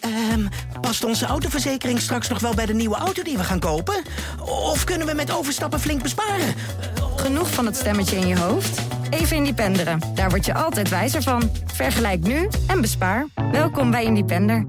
Past onze autoverzekering straks nog wel bij de nieuwe auto die we gaan kopen? Of kunnen we met overstappen flink besparen? Genoeg van het stemmetje in je hoofd? Even Independeren. Daar word je altijd wijzer van. Vergelijk nu en bespaar. Welkom bij Independer.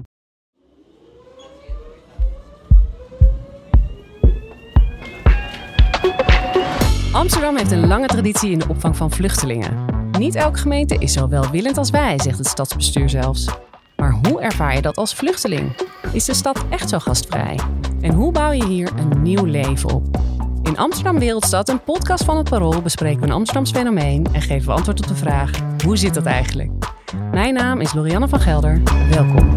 Amsterdam heeft een lange traditie in de opvang van vluchtelingen. Niet elke gemeente is zo welwillend als wij, zegt het stadsbestuur zelfs. Maar hoe ervaar je dat als vluchteling? Is de stad echt zo gastvrij? En hoe bouw je hier een nieuw leven op? In Amsterdam Wereldstad, een podcast van het Parool, bespreken we een Amsterdams fenomeen en geven we antwoord op de vraag: hoe zit dat eigenlijk? Mijn naam is Lorianne van Gelder. Welkom.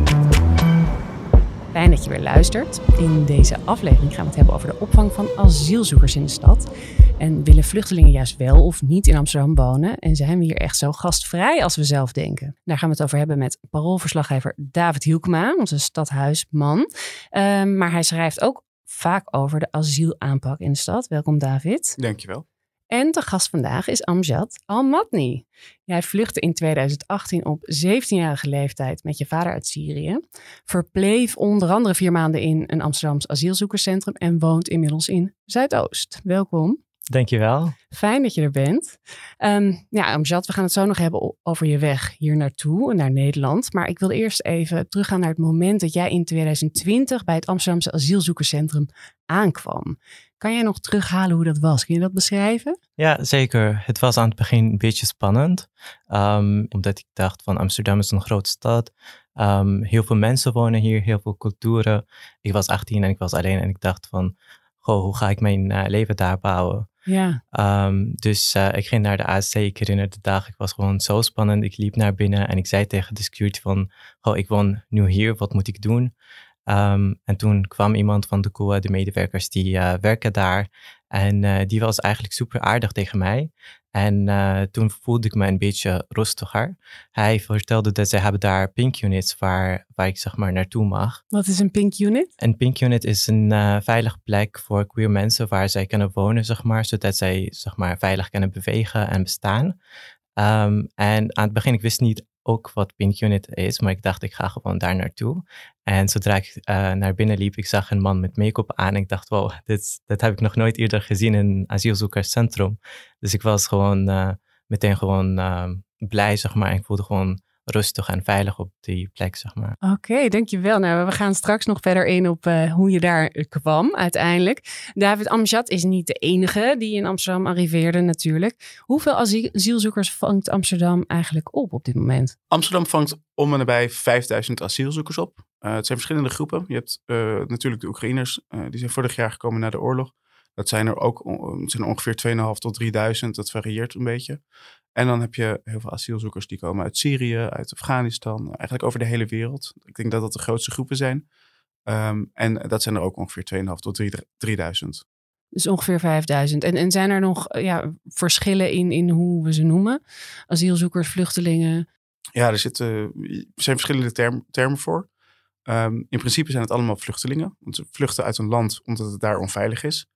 Fijn dat je weer luistert. In deze aflevering gaan we het hebben over de opvang van asielzoekers in de stad. En willen vluchtelingen juist wel of niet in Amsterdam wonen? En zijn we hier echt zo gastvrij als we zelf denken? Daar gaan we het over hebben met Paroolverslaggever David Hielkema, onze stadhuisman. Maar hij schrijft ook vaak over de asielaanpak in de stad. Welkom David. Dankjewel. En de gast vandaag is Amjad Al-Matni. Jij vluchtte in 2018 op 17-jarige leeftijd met je vader uit Syrië. Verbleef onder andere 4 maanden in een Amsterdams asielzoekerscentrum en woont inmiddels in Zuidoost. Welkom. Dankjewel. Fijn dat je er bent. Amjad, we gaan het zo nog hebben over je weg hier naartoe, naar Nederland. Maar ik wil eerst even teruggaan naar het moment dat jij in 2020 bij het Amsterdamse asielzoekerscentrum aankwam. Kan jij nog terughalen hoe dat was? Kun je dat beschrijven? Ja, zeker. Het was aan het begin een beetje spannend. Omdat ik dacht van Amsterdam is een grote stad. Heel veel mensen wonen hier, heel veel culturen. Ik was 18 en ik was alleen en ik dacht van, goh, hoe ga ik mijn leven daar bouwen? Ja. Dus ik ging naar de AC, ik herinner de dag, ik was gewoon zo spannend. Ik liep naar binnen en ik zei tegen de security van, goh, ik woon nu hier, wat moet ik doen? En toen kwam iemand van de COA, de medewerkers die werken daar. En die was eigenlijk super aardig tegen mij. En toen voelde ik me een beetje rustiger. Hij vertelde dat ze hebben daar pink units waar ik zeg maar naartoe mag. Wat is een pink unit? Een pink unit is een veilige plek voor queer mensen waar zij kunnen wonen, zeg maar. Zodat zij zeg maar veilig kunnen bewegen en bestaan. En aan het begin, ik wist niet ook wat Pink Unit is, maar ik dacht, ik ga gewoon daar naartoe. En zodra ik naar binnen liep, ik zag een man met make-up aan. En ik dacht, wow, dat heb ik nog nooit eerder gezien in een asielzoekerscentrum. Dus ik was gewoon meteen gewoon blij, zeg maar. En ik voelde gewoon rustig en veilig op die plek, zeg maar. Oké, dankjewel. Nou, we gaan straks nog verder in op hoe je daar kwam uiteindelijk. David, Amjad is niet de enige die in Amsterdam arriveerde natuurlijk. Hoeveel asielzoekers vangt Amsterdam eigenlijk op dit moment? Amsterdam vangt om en nabij 5000 asielzoekers op. Het zijn verschillende groepen. Je hebt natuurlijk de Oekraïners, die zijn vorig jaar gekomen na de oorlog. Dat zijn er ook zijn ongeveer 2500 tot 3000. Dat varieert een beetje. En dan heb je heel veel asielzoekers die komen uit Syrië, uit Afghanistan, eigenlijk over de hele wereld. Ik denk dat dat de grootste groepen zijn. En dat zijn er ook ongeveer 2500 tot 3000. Dus ongeveer 5000. En zijn er nog verschillen in hoe we ze noemen? Asielzoekers, vluchtelingen? Ja, er zijn verschillende termen voor. In principe zijn het allemaal vluchtelingen. Want ze vluchten uit een land omdat het daar onveilig is.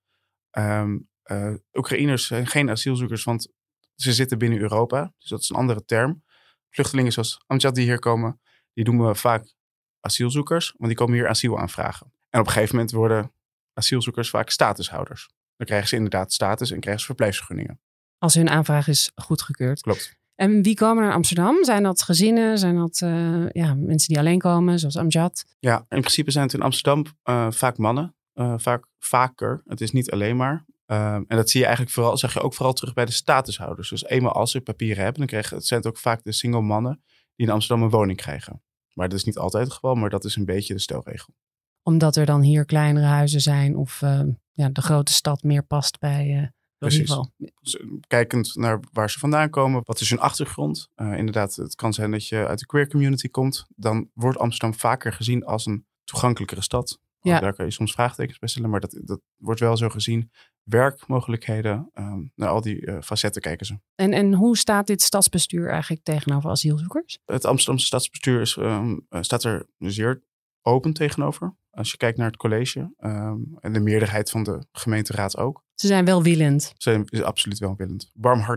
Oekraïners zijn geen asielzoekers, want ze zitten binnen Europa. Dus dat is een andere term. Vluchtelingen zoals Amjad die hier komen, die noemen we vaak asielzoekers. Want die komen hier asiel aanvragen. En op een gegeven moment worden asielzoekers vaak statushouders. Dan krijgen ze inderdaad status en krijgen ze verblijfsvergunningen. Als hun aanvraag is goedgekeurd. Klopt. En wie komen naar Amsterdam? Zijn dat gezinnen? Zijn dat mensen die alleen komen, zoals Amjad? Ja, in principe zijn het in Amsterdam vaak mannen. Vaker. Het is niet alleen maar. En dat zie je eigenlijk zag je ook vooral terug bij de statushouders. Dus eenmaal als ze papieren hebben, zijn het ook vaak de single mannen die in Amsterdam een woning krijgen. Maar dat is niet altijd het geval, maar dat is een beetje de stelregel. Omdat er dan hier kleinere huizen zijn of de grote stad meer past bij Precies. Kijkend naar waar ze vandaan komen, wat is hun achtergrond. Inderdaad, het kan zijn dat je uit de queer community komt. Dan wordt Amsterdam vaker gezien als een toegankelijkere stad. Ja. Daar kan je soms vraagtekens bij stellen, maar dat wordt wel zo gezien. Werkmogelijkheden, naar al die facetten kijken ze. En hoe staat dit stadsbestuur eigenlijk tegenover asielzoekers? Het Amsterdamse stadsbestuur staat er zeer open tegenover. Als je kijkt naar het college en de meerderheid van de gemeenteraad ook. Ze zijn welwillend. Ze zijn absoluut welwillend. Warmhartig.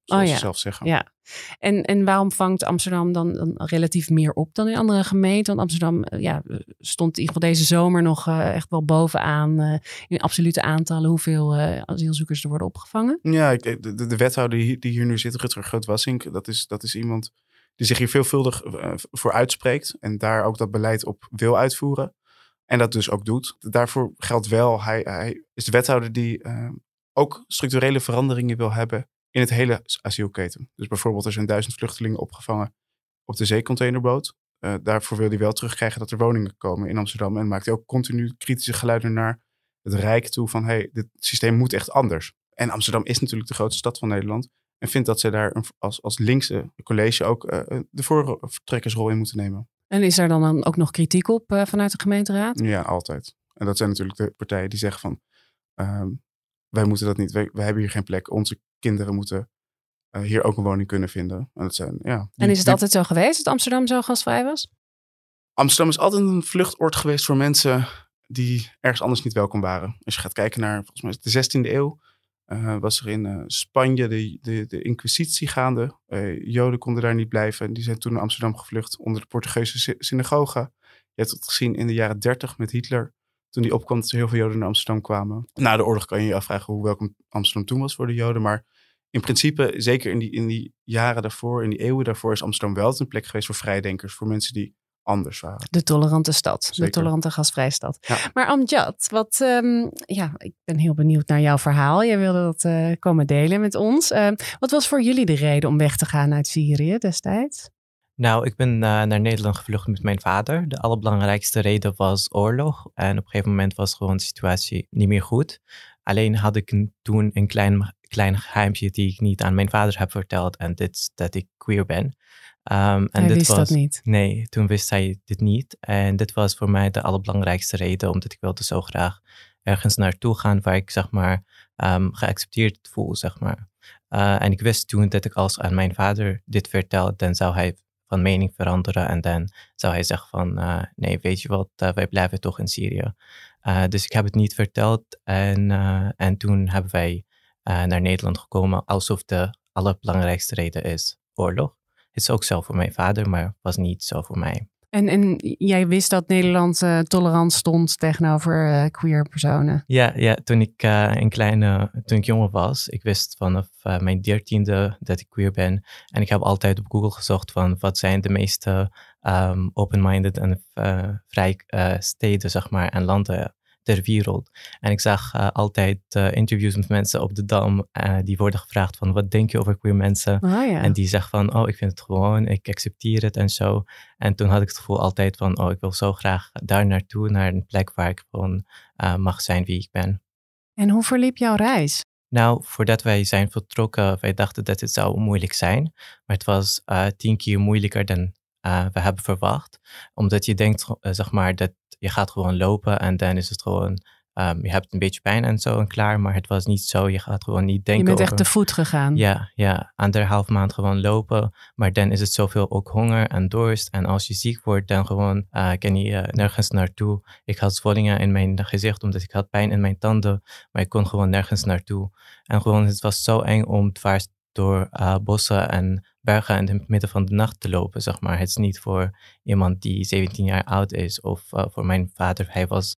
zoals ze zelf zeggen. Ja. En waarom vangt Amsterdam dan relatief meer op dan in andere gemeenten? Want Amsterdam stond in ieder geval deze zomer nog echt wel bovenaan in absolute aantallen hoeveel asielzoekers er worden opgevangen. Ja, de wethouder die hier nu zit, Rutger Groot-Wassink, dat is iemand die zich hier veelvuldig voor uitspreekt en daar ook dat beleid op wil uitvoeren. En dat dus ook doet. Daarvoor geldt wel, hij is de wethouder die ook structurele veranderingen wil hebben in het hele asielketen. Dus bijvoorbeeld er zijn 1000 vluchtelingen opgevangen op de zeecontainerboot. Daarvoor wil hij wel terugkrijgen dat er woningen komen in Amsterdam. En maakt hij ook continu kritische geluiden naar het Rijk toe van dit systeem moet echt anders. En Amsterdam is natuurlijk de grootste stad van Nederland. En vindt dat ze daar als linkse college ook de voortrekkersrol in moeten nemen. En is er dan ook nog kritiek op vanuit de gemeenteraad? Ja, altijd. En dat zijn natuurlijk de partijen die zeggen van wij moeten dat niet. Wij hebben hier geen plek. Onze kinderen moeten hier ook een woning kunnen vinden. En, en is het altijd zo geweest dat Amsterdam zo gastvrij was? Amsterdam is altijd een vluchtoord geweest voor mensen die ergens anders niet welkom waren. Als je gaat kijken naar volgens mij de 16e eeuw. Was er in Spanje de inquisitie gaande. Joden konden daar niet blijven. Die zijn toen naar Amsterdam gevlucht onder de Portugese synagoge. Je hebt het gezien in de jaren 30 met Hitler. Toen die opkwam dat er heel veel Joden naar Amsterdam kwamen. Na de oorlog kan je je afvragen hoe welkom Amsterdam toen was voor de Joden. Maar in principe, zeker in die jaren daarvoor, in die eeuwen daarvoor, is Amsterdam wel een plek geweest voor vrijdenkers. Voor mensen die anders waren. De tolerante stad. Zeker. De tolerante gastvrije stad. Ja. Maar Amjad, ik ben heel benieuwd naar jouw verhaal. Jij wilde dat komen delen met ons. Wat was voor jullie de reden om weg te gaan uit Syrië destijds? Nou, ik ben naar Nederland gevlucht met mijn vader. De allerbelangrijkste reden was oorlog. En op een gegeven moment was gewoon de situatie niet meer goed. Alleen had ik toen een klein geheimje die ik niet aan mijn vader heb verteld. En dit is dat ik queer ben. Hij wist dat niet? Nee, toen wist hij dit niet. En dit was voor mij de allerbelangrijkste reden. Omdat ik wilde zo graag ergens naartoe gaan waar ik geaccepteerd voel, en ik wist toen dat ik als aan mijn vader dit vertel, dan zou hij van mening veranderen. En dan zou hij zeggen van, nee, weet je wat, wij blijven toch in Syrië. Dus ik heb het niet verteld. En toen hebben wij naar Nederland gekomen, alsof de allerbelangrijkste reden is oorlog. Het is ook zo voor mijn vader, maar was niet zo voor mij. En jij wist dat Nederland tolerant stond tegenover queer personen? Ja, toen ik jonger was, ik wist vanaf mijn 13e dat ik queer ben. En ik heb altijd op Google gezocht van wat zijn de meeste open-minded en vrij steden, en landen ter wereld. En ik zag altijd interviews met mensen op de Dam die worden gevraagd van wat denk je over queer mensen? Oh, ja. En die zeggen van ik vind het gewoon, ik accepteer het en zo. En toen had ik het gevoel altijd van ik wil zo graag daar naartoe, naar een plek waar ik gewoon mag zijn wie ik ben. En hoe verliep jouw reis? Nou, voordat wij zijn vertrokken, wij dachten dat het zou moeilijk zijn. Maar het was 10 keer moeilijker dan we hebben verwacht. Omdat je denkt, dat je gaat gewoon lopen en dan is het gewoon, je hebt een beetje pijn en zo en klaar. Maar het was niet zo, je gaat gewoon niet denken over... Je bent echt te voet gegaan. Ja, 1,5 maand gewoon lopen. Maar dan is het zoveel ook honger en dorst. En als je ziek wordt, dan gewoon kan je nergens naartoe. Ik had zwollingen in mijn gezicht, omdat ik had pijn in mijn tanden. Maar ik kon gewoon nergens naartoe. En gewoon, het was zo eng om dwars door bossen en bergen in het midden van de nacht te lopen, Het is niet voor iemand die 17 jaar oud is. Of voor mijn vader, hij was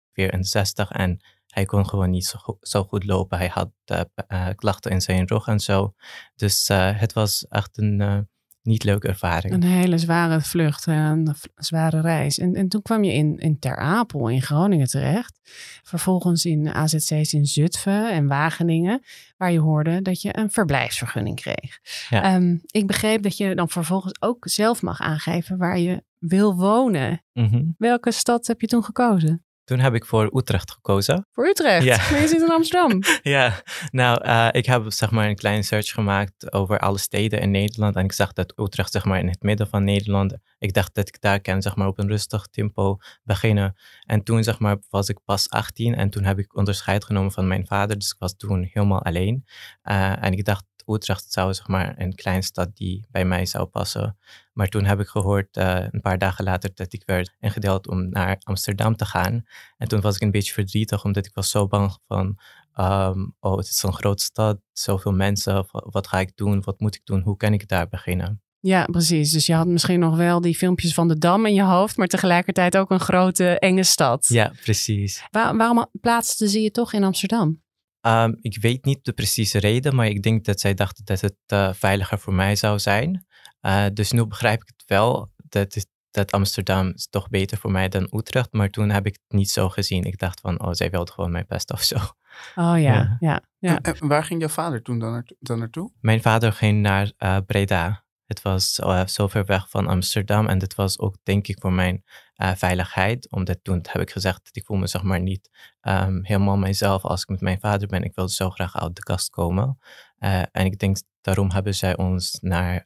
64 en hij kon gewoon niet zo goed lopen. Hij had klachten in zijn rug en zo. Dus het was echt een niet leuke ervaring. Een hele zware vlucht, een zware reis. En toen kwam je in Ter Apel in Groningen terecht. Vervolgens in AZC's in Zutphen en Wageningen, waar je hoorde dat je een verblijfsvergunning kreeg. Ja. Ik begreep dat je dan vervolgens ook zelf mag aangeven waar je wil wonen. Mm-hmm. Welke stad heb je toen gekozen? Toen heb ik voor Utrecht gekozen. Voor Utrecht? Ja. Maar je zit in Amsterdam. Ja, nou, ik heb een kleine search gemaakt over alle steden in Nederland. En ik zag dat Utrecht in het midden van Nederland. Ik dacht dat ik daar kan op een rustig tempo beginnen. En toen was ik pas 18 en toen heb ik onderscheid genomen van mijn vader. Dus ik was toen helemaal alleen. En ik dacht, Utrecht zou zeg maar een kleine stad die bij mij zou passen. Maar toen heb ik gehoord een paar dagen later dat ik werd ingedeeld om naar Amsterdam te gaan. En toen was ik een beetje verdrietig omdat ik was zo bang van het is zo'n grote stad, zoveel mensen. Wat ga ik doen? Wat moet ik doen? Hoe kan ik daar beginnen? Ja, precies. Dus je had misschien nog wel die filmpjes van de Dam in je hoofd, maar tegelijkertijd ook een grote, enge stad. Ja, precies. Waarom plaatste ze je toch in Amsterdam? Ik weet niet de precieze reden, maar ik denk dat zij dachten dat het veiliger voor mij zou zijn. Dus nu begrijp ik het wel, dat Amsterdam is toch beter voor mij dan Utrecht. Maar toen heb ik het niet zo gezien. Ik dacht van, zij wilde gewoon mijn best of zo. Oh ja. En waar ging jouw vader toen dan naartoe? Mijn vader ging naar Breda. Het was zo ver weg van Amsterdam. En dat was ook, denk ik, voor mijn veiligheid. Omdat toen heb ik gezegd dat ik voel me zeg maar niet helemaal mijzelf als ik met mijn vader ben. Ik wilde zo graag uit de kast komen. En ik denk, daarom hebben zij ons naar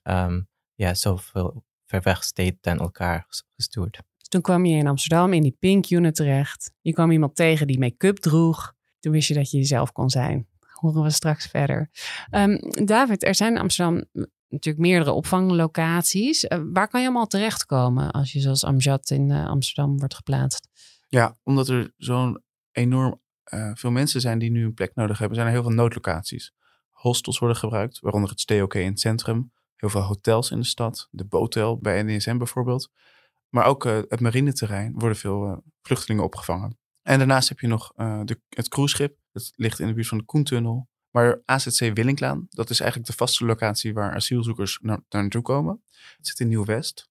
zoveel ver weg steden dan elkaar gestuurd. Dus toen kwam je in Amsterdam in die Pink Unit terecht. Je kwam iemand tegen die make-up droeg. Toen wist je dat je jezelf kon zijn. Horen we straks verder. David, er zijn in Amsterdam natuurlijk meerdere opvanglocaties. Waar kan je allemaal terechtkomen als je zoals Amjad in Amsterdam wordt geplaatst? Ja, omdat er zo'n enorm veel mensen zijn die nu een plek nodig hebben, zijn er heel veel noodlocaties. Hostels worden gebruikt, waaronder het Stay OK in het centrum. Heel veel hotels in de stad. De Botel bij NDSM bijvoorbeeld. Maar ook het marineterrein worden veel vluchtelingen opgevangen. En daarnaast heb je nog het cruiseschip. Dat ligt in de buurt van de Koentunnel. Maar AZC Willinklaan, dat is eigenlijk de vaste locatie waar asielzoekers naartoe komen. Het zit in Nieuw-West.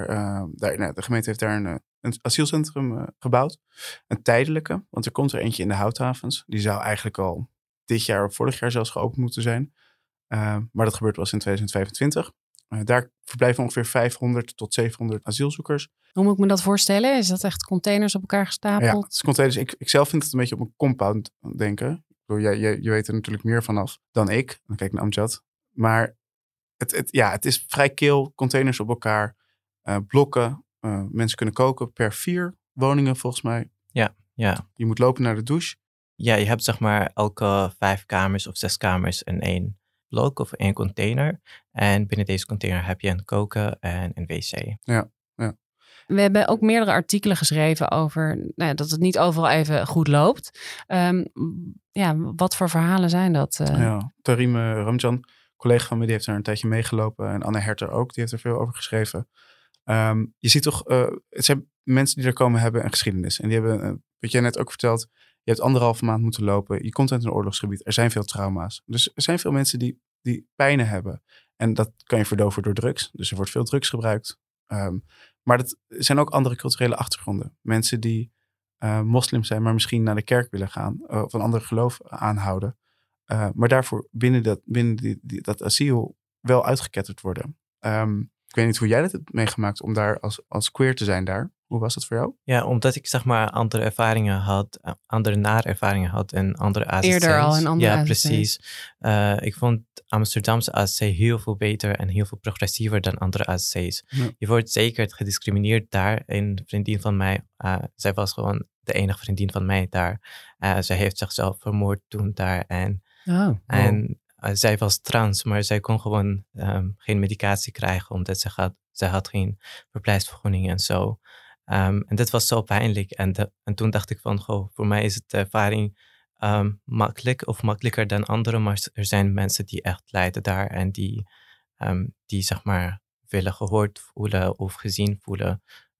De gemeente heeft daar een asielcentrum gebouwd. Een tijdelijke, want er komt er eentje in de Houthavens. Die zou eigenlijk al dit jaar of vorig jaar zelfs geopend moeten zijn. Maar dat gebeurt pas in 2025. Daar verblijven ongeveer 500 tot 700 asielzoekers. Hoe moet ik me dat voorstellen? Is dat echt containers op elkaar gestapeld? Ja, het is containers. Ik zelf vind het een beetje op een compound denken. Je weet er natuurlijk meer vanaf dan ik. Dan kijk ik naar Amjad. Maar het is vrij kil. Containers op elkaar. Blokken. Mensen kunnen koken per 4 woningen volgens mij. Ja. Je moet lopen naar de douche. Ja, je hebt zeg maar elke 5 kamers of 6 kamers in 1 blok of 1 container. En binnen deze container heb je een koken en een wc. Ja. We hebben ook meerdere artikelen geschreven over dat het niet overal even goed loopt. Wat voor verhalen zijn dat? Tarim Ramjan, collega van me, die heeft daar een tijdje meegelopen. En Anne Herter ook, die heeft er veel over geschreven. Je ziet toch, het zijn mensen die er komen hebben een geschiedenis. En die hebben, wat jij net ook verteld, je hebt 1,5 maand moeten lopen. Je komt uit een oorlogsgebied. Er zijn veel trauma's. Dus er zijn veel mensen die pijnen hebben. En dat kan je verdoven door drugs. Dus er wordt veel drugs gebruikt. Maar dat zijn ook andere culturele achtergronden. Mensen die moslim zijn, maar misschien naar de kerk willen gaan. Of een ander geloof aanhouden. Maar daarvoor binnen dat asiel wel uitgeketterd worden. Ik weet niet hoe jij dat hebt meegemaakt om daar als queer te zijn daar. Hoe was dat voor jou? Ja, omdat ik zeg maar andere ervaringen had, andere naervaringen had en andere AZC's. Eerder al in andere AZC's. Ja, precies. Ik vond Amsterdamse AZC heel veel beter en heel veel progressiever dan andere AZC's. Ja. Je wordt zeker gediscrimineerd daar. Een vriendin van mij, zij was gewoon de enige vriendin van mij daar. Zij heeft zichzelf vermoord toen daar en zij was trans, maar zij kon gewoon geen medicatie krijgen omdat zij had geen verblijfsvergunning en zo. En dat was zo pijnlijk. En toen dacht ik van, voor mij is het de ervaring makkelijker dan anderen. Maar er zijn mensen die echt lijden daar en die zeg maar willen gehoord voelen of gezien voelen.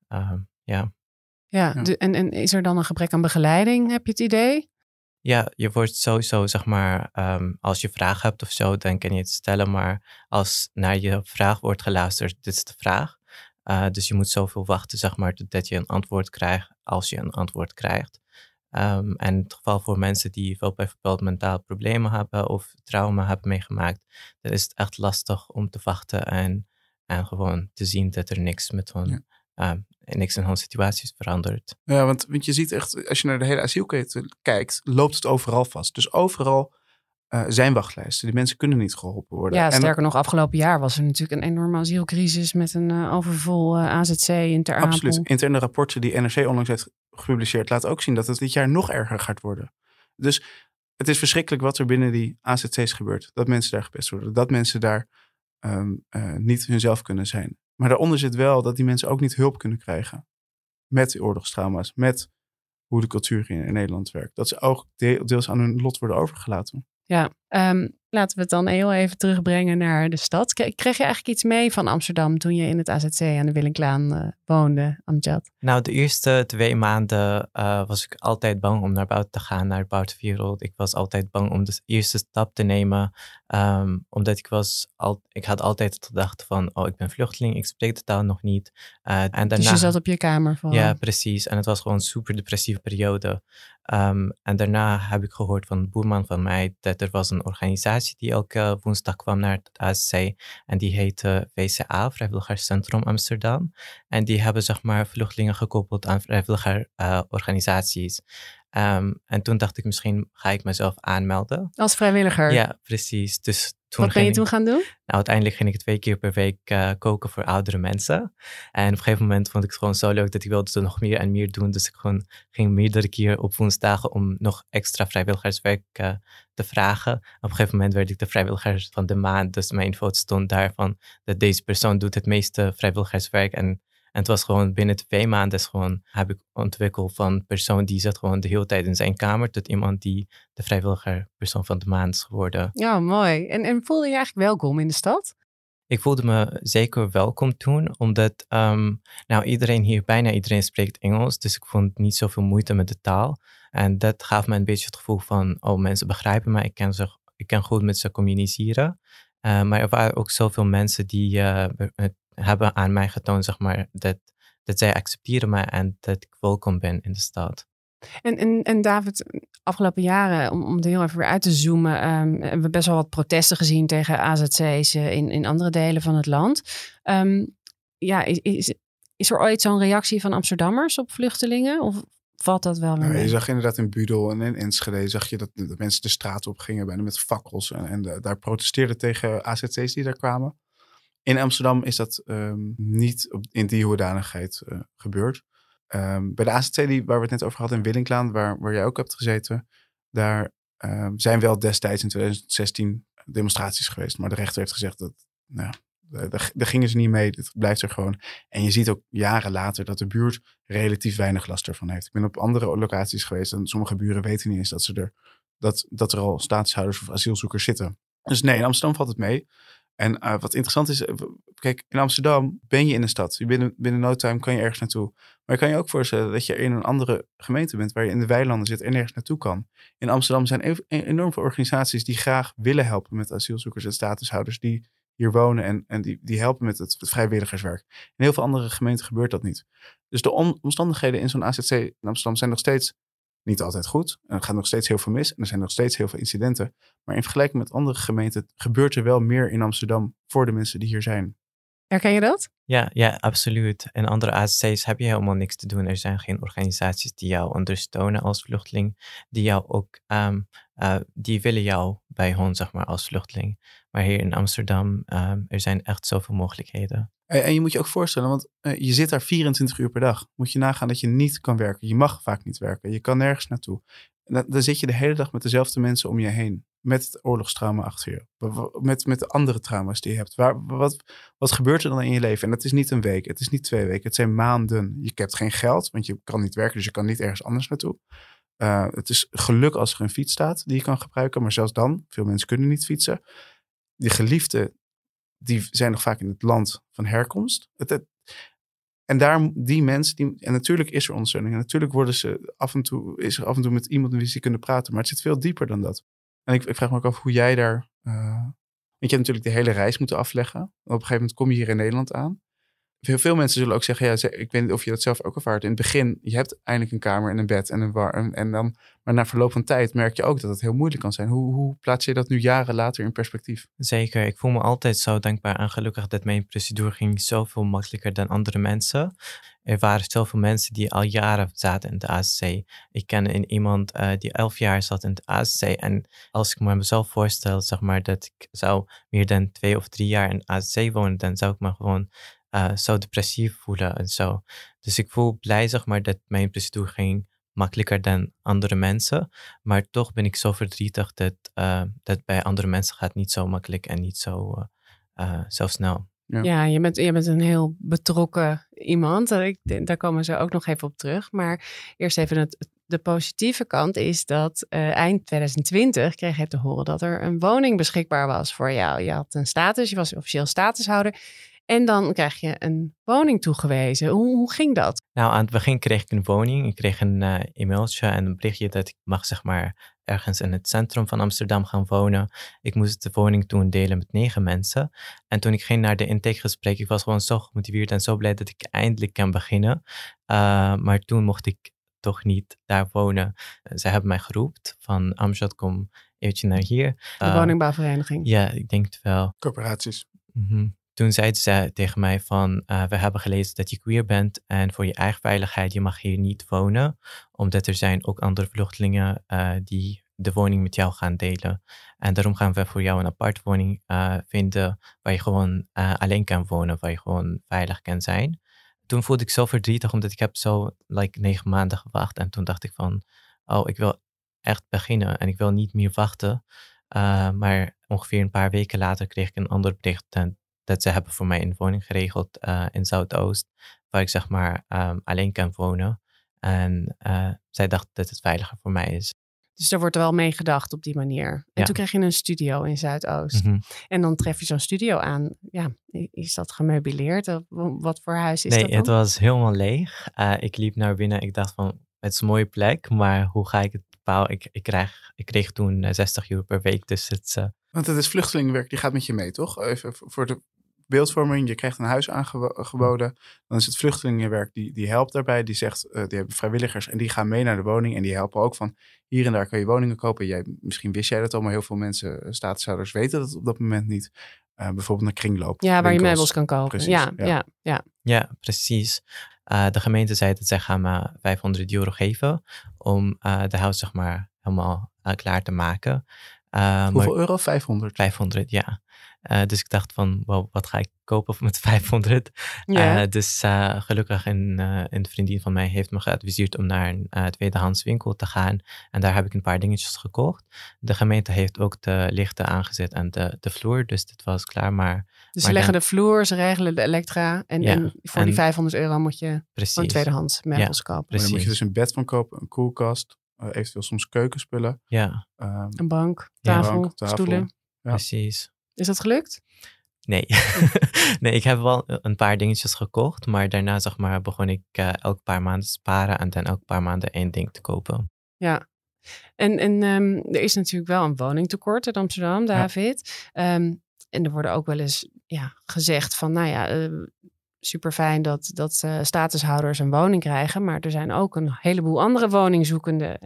En is er dan een gebrek aan begeleiding, heb je het idee? Ja, je wordt sowieso, zeg maar, als je vragen hebt of zo, dan kan je het stellen. Maar als naar je vraag wordt geluisterd, dit is de vraag. Dus je moet zoveel wachten, zeg maar, totdat je een antwoord krijgt, als je een antwoord krijgt. En in het geval voor mensen die wel bijvoorbeeld mentaal problemen hebben of trauma hebben meegemaakt, dan is het echt lastig om te wachten en gewoon te zien dat er niks met niks in hun situatie is veranderd. Ja, want je ziet echt, als je naar de hele asielketen kijkt, loopt het overal vast. Dus overal zijn wachtlijsten. Die mensen kunnen niet geholpen worden. Ja, sterker nog, afgelopen jaar was er natuurlijk een enorme asielcrisis met een overvol AZC in Ter Apel. Absoluut. Interne rapporten die NRC onlangs heeft gepubliceerd laten ook zien dat het dit jaar nog erger gaat worden. Dus het is verschrikkelijk wat er binnen die AZC's gebeurt. Dat mensen daar gepest worden. Dat mensen daar niet hunzelf kunnen zijn. Maar daaronder zit wel dat die mensen ook niet hulp kunnen krijgen. Met die oorlogstrauma's. Met hoe de cultuur in Nederland werkt. Dat ze ook deels aan hun lot worden overgelaten. Ja, laten we het dan heel even terugbrengen naar de stad. Kreeg je eigenlijk iets mee van Amsterdam toen je in het AZC aan de Willinklaan woonde, Amjad? Nou, de eerste 2 maanden was ik altijd bang om naar buiten te gaan, naar de buitenwereld. Ik was altijd bang om de eerste stap te nemen. Omdat ik had altijd gedacht van, ik ben vluchteling, ik spreek de taal nog niet. En daarna, dus je zat op je kamer vooral? Ja, precies. En het was gewoon een super depressieve periode. En daarna heb ik gehoord van een boerman van mij dat er was een organisatie die elke woensdag kwam naar het AZC. En die heette VCA, Vrijwilligerscentrum Amsterdam. En die hebben zeg maar vluchtelingen gekoppeld aan vrijwilligerorganisaties. En toen dacht ik, misschien ga ik mezelf aanmelden. Als vrijwilliger? Ja, precies. Dus wat ben je toen gaan doen? Nou, uiteindelijk ging ik 2 keer per week koken voor oudere mensen. En op een gegeven moment vond ik het gewoon zo leuk dat ik wilde er nog meer en meer doen. Dus ik ging meerdere keer op woensdagen om nog extra vrijwilligerswerk te vragen. Op een gegeven moment werd ik de vrijwilliger van de maand. Dus mijn foto stond daarvan dat deze persoon doet het meeste vrijwilligerswerk. En het was gewoon binnen 2 maanden heb ik ontwikkeld van een persoon die zat gewoon de hele tijd in zijn kamer tot iemand die de vrijwilliger persoon van de maand is geworden. Ja, mooi. En voelde je eigenlijk welkom in de stad? Ik voelde me zeker welkom toen, omdat bijna iedereen spreekt Engels. Dus ik vond niet zoveel moeite met de taal. En dat gaf me een beetje het gevoel van, mensen begrijpen me, ik kan goed met ze communiceren. Maar er waren ook zoveel mensen die hebben aan mij getoond, zeg maar, dat zij accepteren mij en dat ik welkom ben in de stad. En David, afgelopen jaren, om het heel even weer uit te zoomen, hebben we best wel wat protesten gezien tegen AZC's in andere delen van het land. Is er ooit zo'n reactie van Amsterdammers op vluchtelingen? Of valt dat wel weer mee? Je zag inderdaad in Budel en in Enschede zag je dat mensen de straat op gingen bijna met fakkels en daar protesteerden tegen AZC's die daar kwamen. In Amsterdam is dat niet in die hoedanigheid gebeurd. Bij de AZC waar we het net over hadden in Willinklaan, waar jij ook hebt gezeten, daar zijn wel destijds in 2016 demonstraties geweest. Maar de rechter heeft gezegd dat, daar gingen ze niet mee. Dit blijft er gewoon. En je ziet ook jaren later dat de buurt relatief weinig last ervan heeft. Ik ben op andere locaties geweest en sommige buren weten niet eens dat er al statushouders of asielzoekers zitten. Dus nee, in Amsterdam valt het mee. En wat interessant is, kijk, in Amsterdam ben je in een stad. Binnen no time kan je ergens naartoe. Maar je kan je ook voorstellen dat je in een andere gemeente bent, waar je in de weilanden zit en nergens naartoe kan. In Amsterdam zijn enorm veel organisaties die graag willen helpen met asielzoekers en statushouders die hier wonen en die helpen met het vrijwilligerswerk. In heel veel andere gemeenten gebeurt dat niet. Dus de omstandigheden in zo'n AZC in Amsterdam zijn nog steeds niet altijd goed. Er gaat nog steeds heel veel mis en er zijn nog steeds heel veel incidenten. Maar in vergelijking met andere gemeenten gebeurt er wel meer in Amsterdam voor de mensen die hier zijn. Herken je dat? Ja, absoluut. In andere AZC's heb je helemaal niks te doen. Er zijn geen organisaties die jou ondersteunen als vluchteling. Die jou ook, die willen jou bij hun, zeg maar, als vluchteling. Maar hier in Amsterdam, er zijn echt zoveel mogelijkheden. En je moet je ook voorstellen, want je zit daar 24 uur per dag. Moet je nagaan dat je niet kan werken. Je mag vaak niet werken. Je kan nergens naartoe. En dan zit je de hele dag met dezelfde mensen om je heen. Met het oorlogstrauma achter je. Met de andere trauma's die je hebt. Wat gebeurt er dan in je leven? En dat is niet een week. Het is niet 2 weken. Het zijn maanden. Je hebt geen geld, want je kan niet werken. Dus je kan niet ergens anders naartoe. Het is geluk als er een fiets staat die je kan gebruiken. Maar zelfs dan, veel mensen kunnen niet fietsen. Die geliefden, die zijn nog vaak in het land van herkomst. En die mensen, en natuurlijk is er ondersteuning. En natuurlijk is er af en toe met iemand met wie ze kunnen praten. Maar het zit veel dieper dan dat. En ik vraag me ook af hoe jij daar... Want je hebt natuurlijk de hele reis moeten afleggen. Op een gegeven moment kom je hier in Nederland aan. Veel mensen zullen ook zeggen, ik weet niet of je dat zelf ook ervaart. In het begin, je hebt eindelijk een kamer en een bed en een maar na verloop van tijd merk je ook dat het heel moeilijk kan zijn. Hoe plaats je dat nu jaren later in perspectief? Zeker, ik voel me altijd zo dankbaar en gelukkig dat mijn procedure ging zoveel makkelijker dan andere mensen. Er waren zoveel mensen die al jaren zaten in de AZC. Ik ken iemand die 11 jaar zat in de AZC. En als ik me mezelf voorstel, zeg maar, dat ik zou meer dan 2 of 3 jaar in de AZC wonen, dan zou ik me gewoon zo depressief voelen en zo. Dus ik voel blij, zeg maar, dat mijn procedure ging makkelijker dan andere mensen. Maar toch ben ik zo verdrietig dat bij andere mensen gaat niet zo makkelijk en niet zo snel. Ja, je bent een heel betrokken iemand. Daar komen ze ook nog even op terug. Maar eerst even de positieve kant is dat eind 2020 kreeg je te horen dat er een woning beschikbaar was voor jou. Je had een status, je was officieel statushouder. En dan krijg je een woning toegewezen. Hoe ging dat? Nou, aan het begin kreeg ik een woning. Ik kreeg een e-mailtje en een berichtje dat ik mag zeg maar ergens in het centrum van Amsterdam gaan wonen. Ik moest de woning toen delen met 9 mensen. En toen ik ging naar de intakegesprek, ik was gewoon zo gemotiveerd en zo blij dat ik eindelijk kan beginnen. Maar toen mocht ik toch niet daar wonen. Ze hebben mij geroepen van Amjad, kom eventjes naar hier. De woningbouwvereniging. Ja, ik denk het wel. Corporaties. Toen zeiden ze tegen mij van, we hebben gelezen dat je queer bent en voor je eigen veiligheid, je mag hier niet wonen. Omdat er zijn ook andere vluchtelingen die de woning met jou gaan delen. En daarom gaan we voor jou een apart woning vinden waar je gewoon alleen kan wonen, waar je gewoon veilig kan zijn. Toen voelde ik zo verdrietig, omdat ik heb zo 9 maanden gewacht. En toen dacht ik van, ik wil echt beginnen en ik wil niet meer wachten. Maar ongeveer een paar weken later kreeg ik een ander bericht dat ze hebben voor mij een woning geregeld in Zuidoost, waar ik zeg maar alleen kan wonen. En zij dachten dat het veiliger voor mij is. Dus daar wordt er wel mee gedacht op die manier. En toen kreeg je een studio in Zuidoost. En dan tref je zo'n studio aan. Ja, is dat gemeubileerd? Wat voor huis is dat dan? Nee, het was helemaal leeg. Ik liep naar binnen. Ik dacht van, het is een mooie plek, maar hoe ga ik het bepalen? Ik kreeg toen 60 euro per week. Dus Want het is vluchtelingenwerk, die gaat met je mee, toch? Even voor de beeldvorming. Je krijgt een huis aangeboden. Dan is het vluchtelingenwerk, die helpt daarbij. Die zegt, die hebben vrijwilligers en die gaan mee naar de woning. En die helpen ook van, hier en daar kan je woningen kopen. Misschien wist jij dat al, maar heel veel mensen, statushouders, weten dat op dat moment niet. Bijvoorbeeld een kringloop. Ja, waar je meubels kan kopen. Precies, ja, precies. De gemeente zei dat zij gaan me 500 euro geven om de huis zeg maar helemaal klaar te maken. Hoeveel euro? 500? 500, ja. Dus ik dacht van, wow, wat ga ik kopen met 500? Dus gelukkig een vriendin van mij heeft me geadviseerd om naar een tweedehands winkel te gaan. En daar heb ik een paar dingetjes gekocht. De gemeente heeft ook de lichten aangezet en de vloer, dus dit was klaar. Dus ze leggen de vloer, ze regelen de elektra. En voor die 500 euro moet je een tweedehands meubels kopen. Daar moet je dus een bed van kopen, een koelkast, eventueel soms keukenspullen. Ja. Een bank, tafel, stoelen. Ja. Precies. Is dat gelukt? Nee. Nee, ik heb wel een paar dingetjes gekocht, maar daarna zeg maar begon ik elk paar maanden te sparen en dan elk paar maanden 1 ding te kopen. Ja. En er is natuurlijk wel een woningtekort in Amsterdam, David. En er worden ook wel eens gezegd van, super fijn dat statushouders een woning krijgen, maar er zijn ook een heleboel andere woningzoekenden.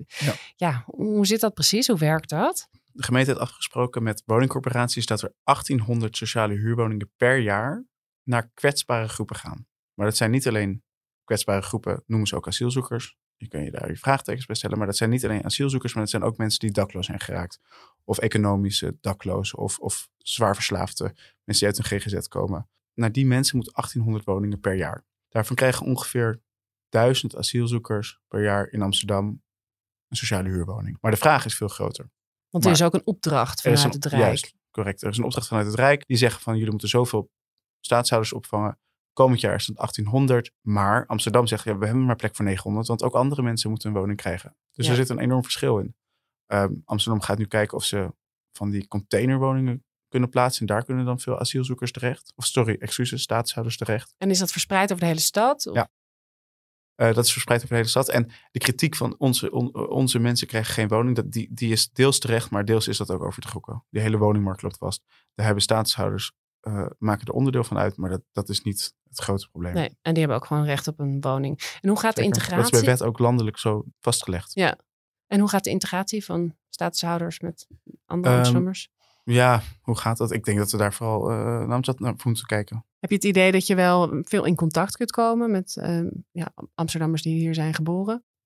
Hoe zit dat precies? Hoe werkt dat? De gemeente heeft afgesproken met woningcorporaties dat er 1800 sociale huurwoningen per jaar naar kwetsbare groepen gaan. Maar dat zijn niet alleen kwetsbare groepen, noemen ze ook asielzoekers. Je kan je daar je vraagtekens bij stellen, maar dat zijn niet alleen asielzoekers, maar dat zijn ook mensen die dakloos zijn geraakt. Of economische daklozen of zwaar verslaafde mensen die uit een GGZ komen. Naar die mensen moeten 1800 woningen per jaar. Daarvan krijgen ongeveer 1000 asielzoekers per jaar in Amsterdam een sociale huurwoning. Maar de vraag is veel groter. Want er is ook een opdracht vanuit het Rijk. Juist, correct. Er is een opdracht vanuit het Rijk. Die zeggen van, jullie moeten zoveel staatshouders opvangen. Komend jaar is het 1800. Maar Amsterdam zegt, we hebben maar plek voor 900. Want ook andere mensen moeten een woning krijgen. Dus er zit een enorm verschil in. Amsterdam gaat nu kijken of ze van die containerwoningen kunnen plaatsen. En daar kunnen dan veel asielzoekers terecht. Staatshouders terecht. En is dat verspreid over de hele stad? Of? Ja. Dat is verspreid over de hele stad. En de kritiek van onze mensen krijgen geen woning, die is deels terecht, maar deels is dat ook overtrokken. Die hele woningmarkt loopt vast. Daar hebben staatshouders, maken er onderdeel van uit, maar dat is niet het grote probleem. Nee, en die hebben ook gewoon recht op een woning. En hoe gaat de integratie? Dat is bij wet ook landelijk zo vastgelegd. Ja. En hoe gaat de integratie van staatshouders met andere Amsterdammers? Ja, hoe gaat dat? Ik denk dat we daar vooral naar moeten kijken. Heb je het idee dat je wel veel in contact kunt komen met Amsterdammers die hier zijn geboren?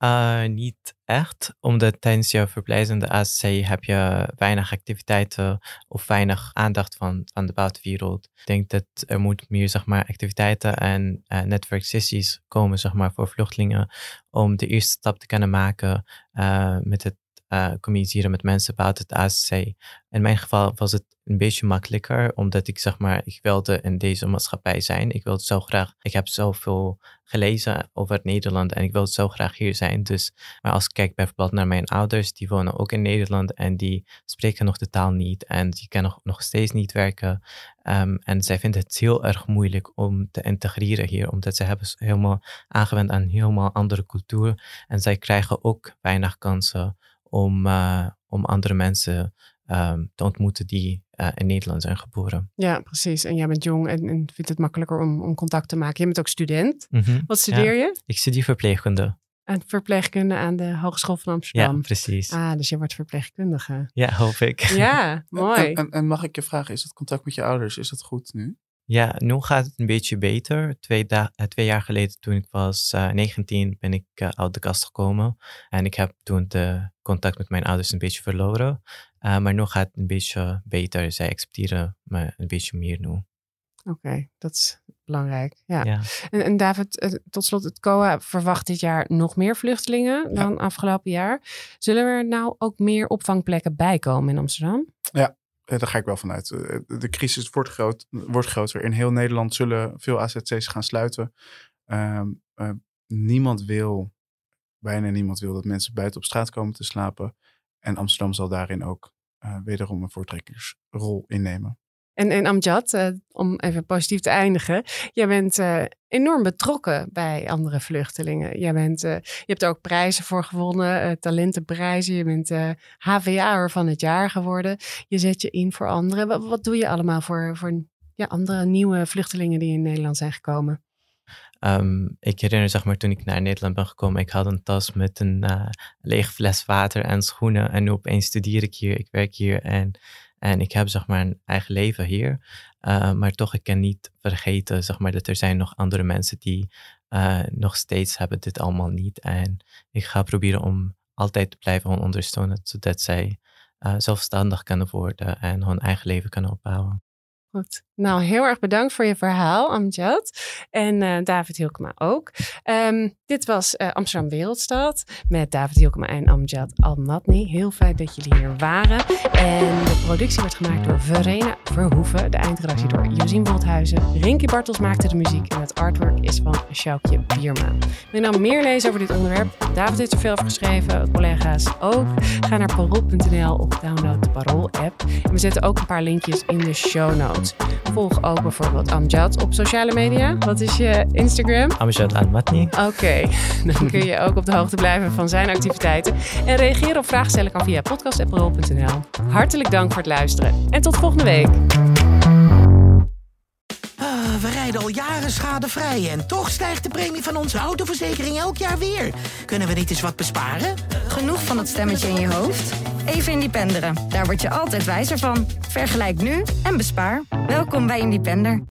Niet echt, omdat tijdens jouw verblijf in de AZC heb je weinig activiteiten of weinig aandacht van de buitenwereld. Ik denk dat er moet meer zeg maar, activiteiten en netwerksessies komen zeg maar, voor vluchtelingen om de eerste stap te kunnen maken met het communiceren met mensen buiten het AZC. In mijn geval was het een beetje makkelijker, omdat ik zeg maar, ik wilde in deze maatschappij zijn. Ik wilde zo graag, ik heb zoveel gelezen over Nederland en ik wilde zo graag hier zijn. Dus, maar als ik kijk bijvoorbeeld naar mijn ouders, die wonen ook in Nederland en die spreken nog de taal niet en die kunnen nog steeds niet werken. En zij vinden het heel erg moeilijk om te integreren hier, omdat ze hebben helemaal aangewend aan een helemaal andere cultuur en zij krijgen ook weinig kansen om andere mensen te ontmoeten die in Nederland zijn geboren. Ja, precies. En jij bent jong en vindt het makkelijker om contact te maken. Je bent ook student. Mm-hmm. Wat studeer je? Ik studeer verpleegkunde. En verpleegkunde aan de Hogeschool van Amsterdam. Ja, precies. Dus je wordt verpleegkundige. Ja, hoop ik. Ja, mooi. En mag ik je vragen, is het contact met je ouders, is dat goed nu? Ja, nu gaat het een beetje beter. 2 jaar geleden, toen ik was 19, ben ik uit de kast gekomen. En ik heb toen de contact met mijn ouders een beetje verloren. Maar nu gaat het een beetje beter. Zij accepteren me een beetje meer nu. Oké, dat is belangrijk. Ja. Ja. En David, tot slot, het COA verwacht dit jaar nog meer vluchtelingen dan afgelopen jaar. Zullen er nou ook meer opvangplekken bijkomen in Amsterdam? Ja. Daar ga ik wel vanuit. De crisis wordt groter. In heel Nederland zullen veel AZC's gaan sluiten. Bijna niemand wil dat mensen buiten op straat komen te slapen. En Amsterdam zal daarin ook wederom een voortrekkersrol innemen. En Amjad, om even positief te eindigen. Jij bent enorm betrokken bij andere vluchtelingen. Je hebt er ook prijzen voor gewonnen, talentenprijzen. Je bent HVA'er van het jaar geworden. Je zet je in voor anderen. Wat doe je allemaal voor andere nieuwe vluchtelingen die in Nederland zijn gekomen? Ik herinner zeg maar toen ik naar Nederland ben gekomen. Ik had een tas met een lege fles water en schoenen. En nu opeens studeer ik hier, ik werk hier en ik heb zeg maar een eigen leven hier. Maar toch, ik kan niet vergeten zeg maar, dat er zijn nog andere mensen die nog steeds hebben dit allemaal niet. En ik ga proberen om altijd te blijven ondersteunen, zodat zij zelfstandig kunnen worden en hun eigen leven kunnen opbouwen. Goed. Nou, heel erg bedankt voor je verhaal, Amjad. En David Hielkema ook. Dit was Amsterdam Wereldstad met David Hielkema en Amjad Al-Matni. Heel fijn dat jullie hier waren. En de productie werd gemaakt door Verena Verhoeven. De eindredactie door Josien Woldhuizen. Rinky Bartels maakte de muziek en het artwork is van Sjoukje Bierma. Wil je nou meer lezen over dit onderwerp? David heeft er veel over geschreven, collega's ook. Ga naar parool.nl of download de Parool-app. En we zetten ook een paar linkjes in de show notes. Volg ook bijvoorbeeld Amjad op sociale media. Wat is je Instagram? Amjad Al-Matni. Oké, dan kun je ook op de hoogte blijven van zijn activiteiten. En reageren of vragen stellen kan via podcast@parool.nl. Hartelijk dank voor het luisteren en tot volgende week. We rijden al jaren schadevrij en toch stijgt de premie van onze autoverzekering elk jaar weer. Kunnen we niet eens wat besparen? Genoeg van dat stemmetje in je hoofd? Even Independeren. Daar word je altijd wijzer van. Vergelijk nu en bespaar. Welkom bij Independer.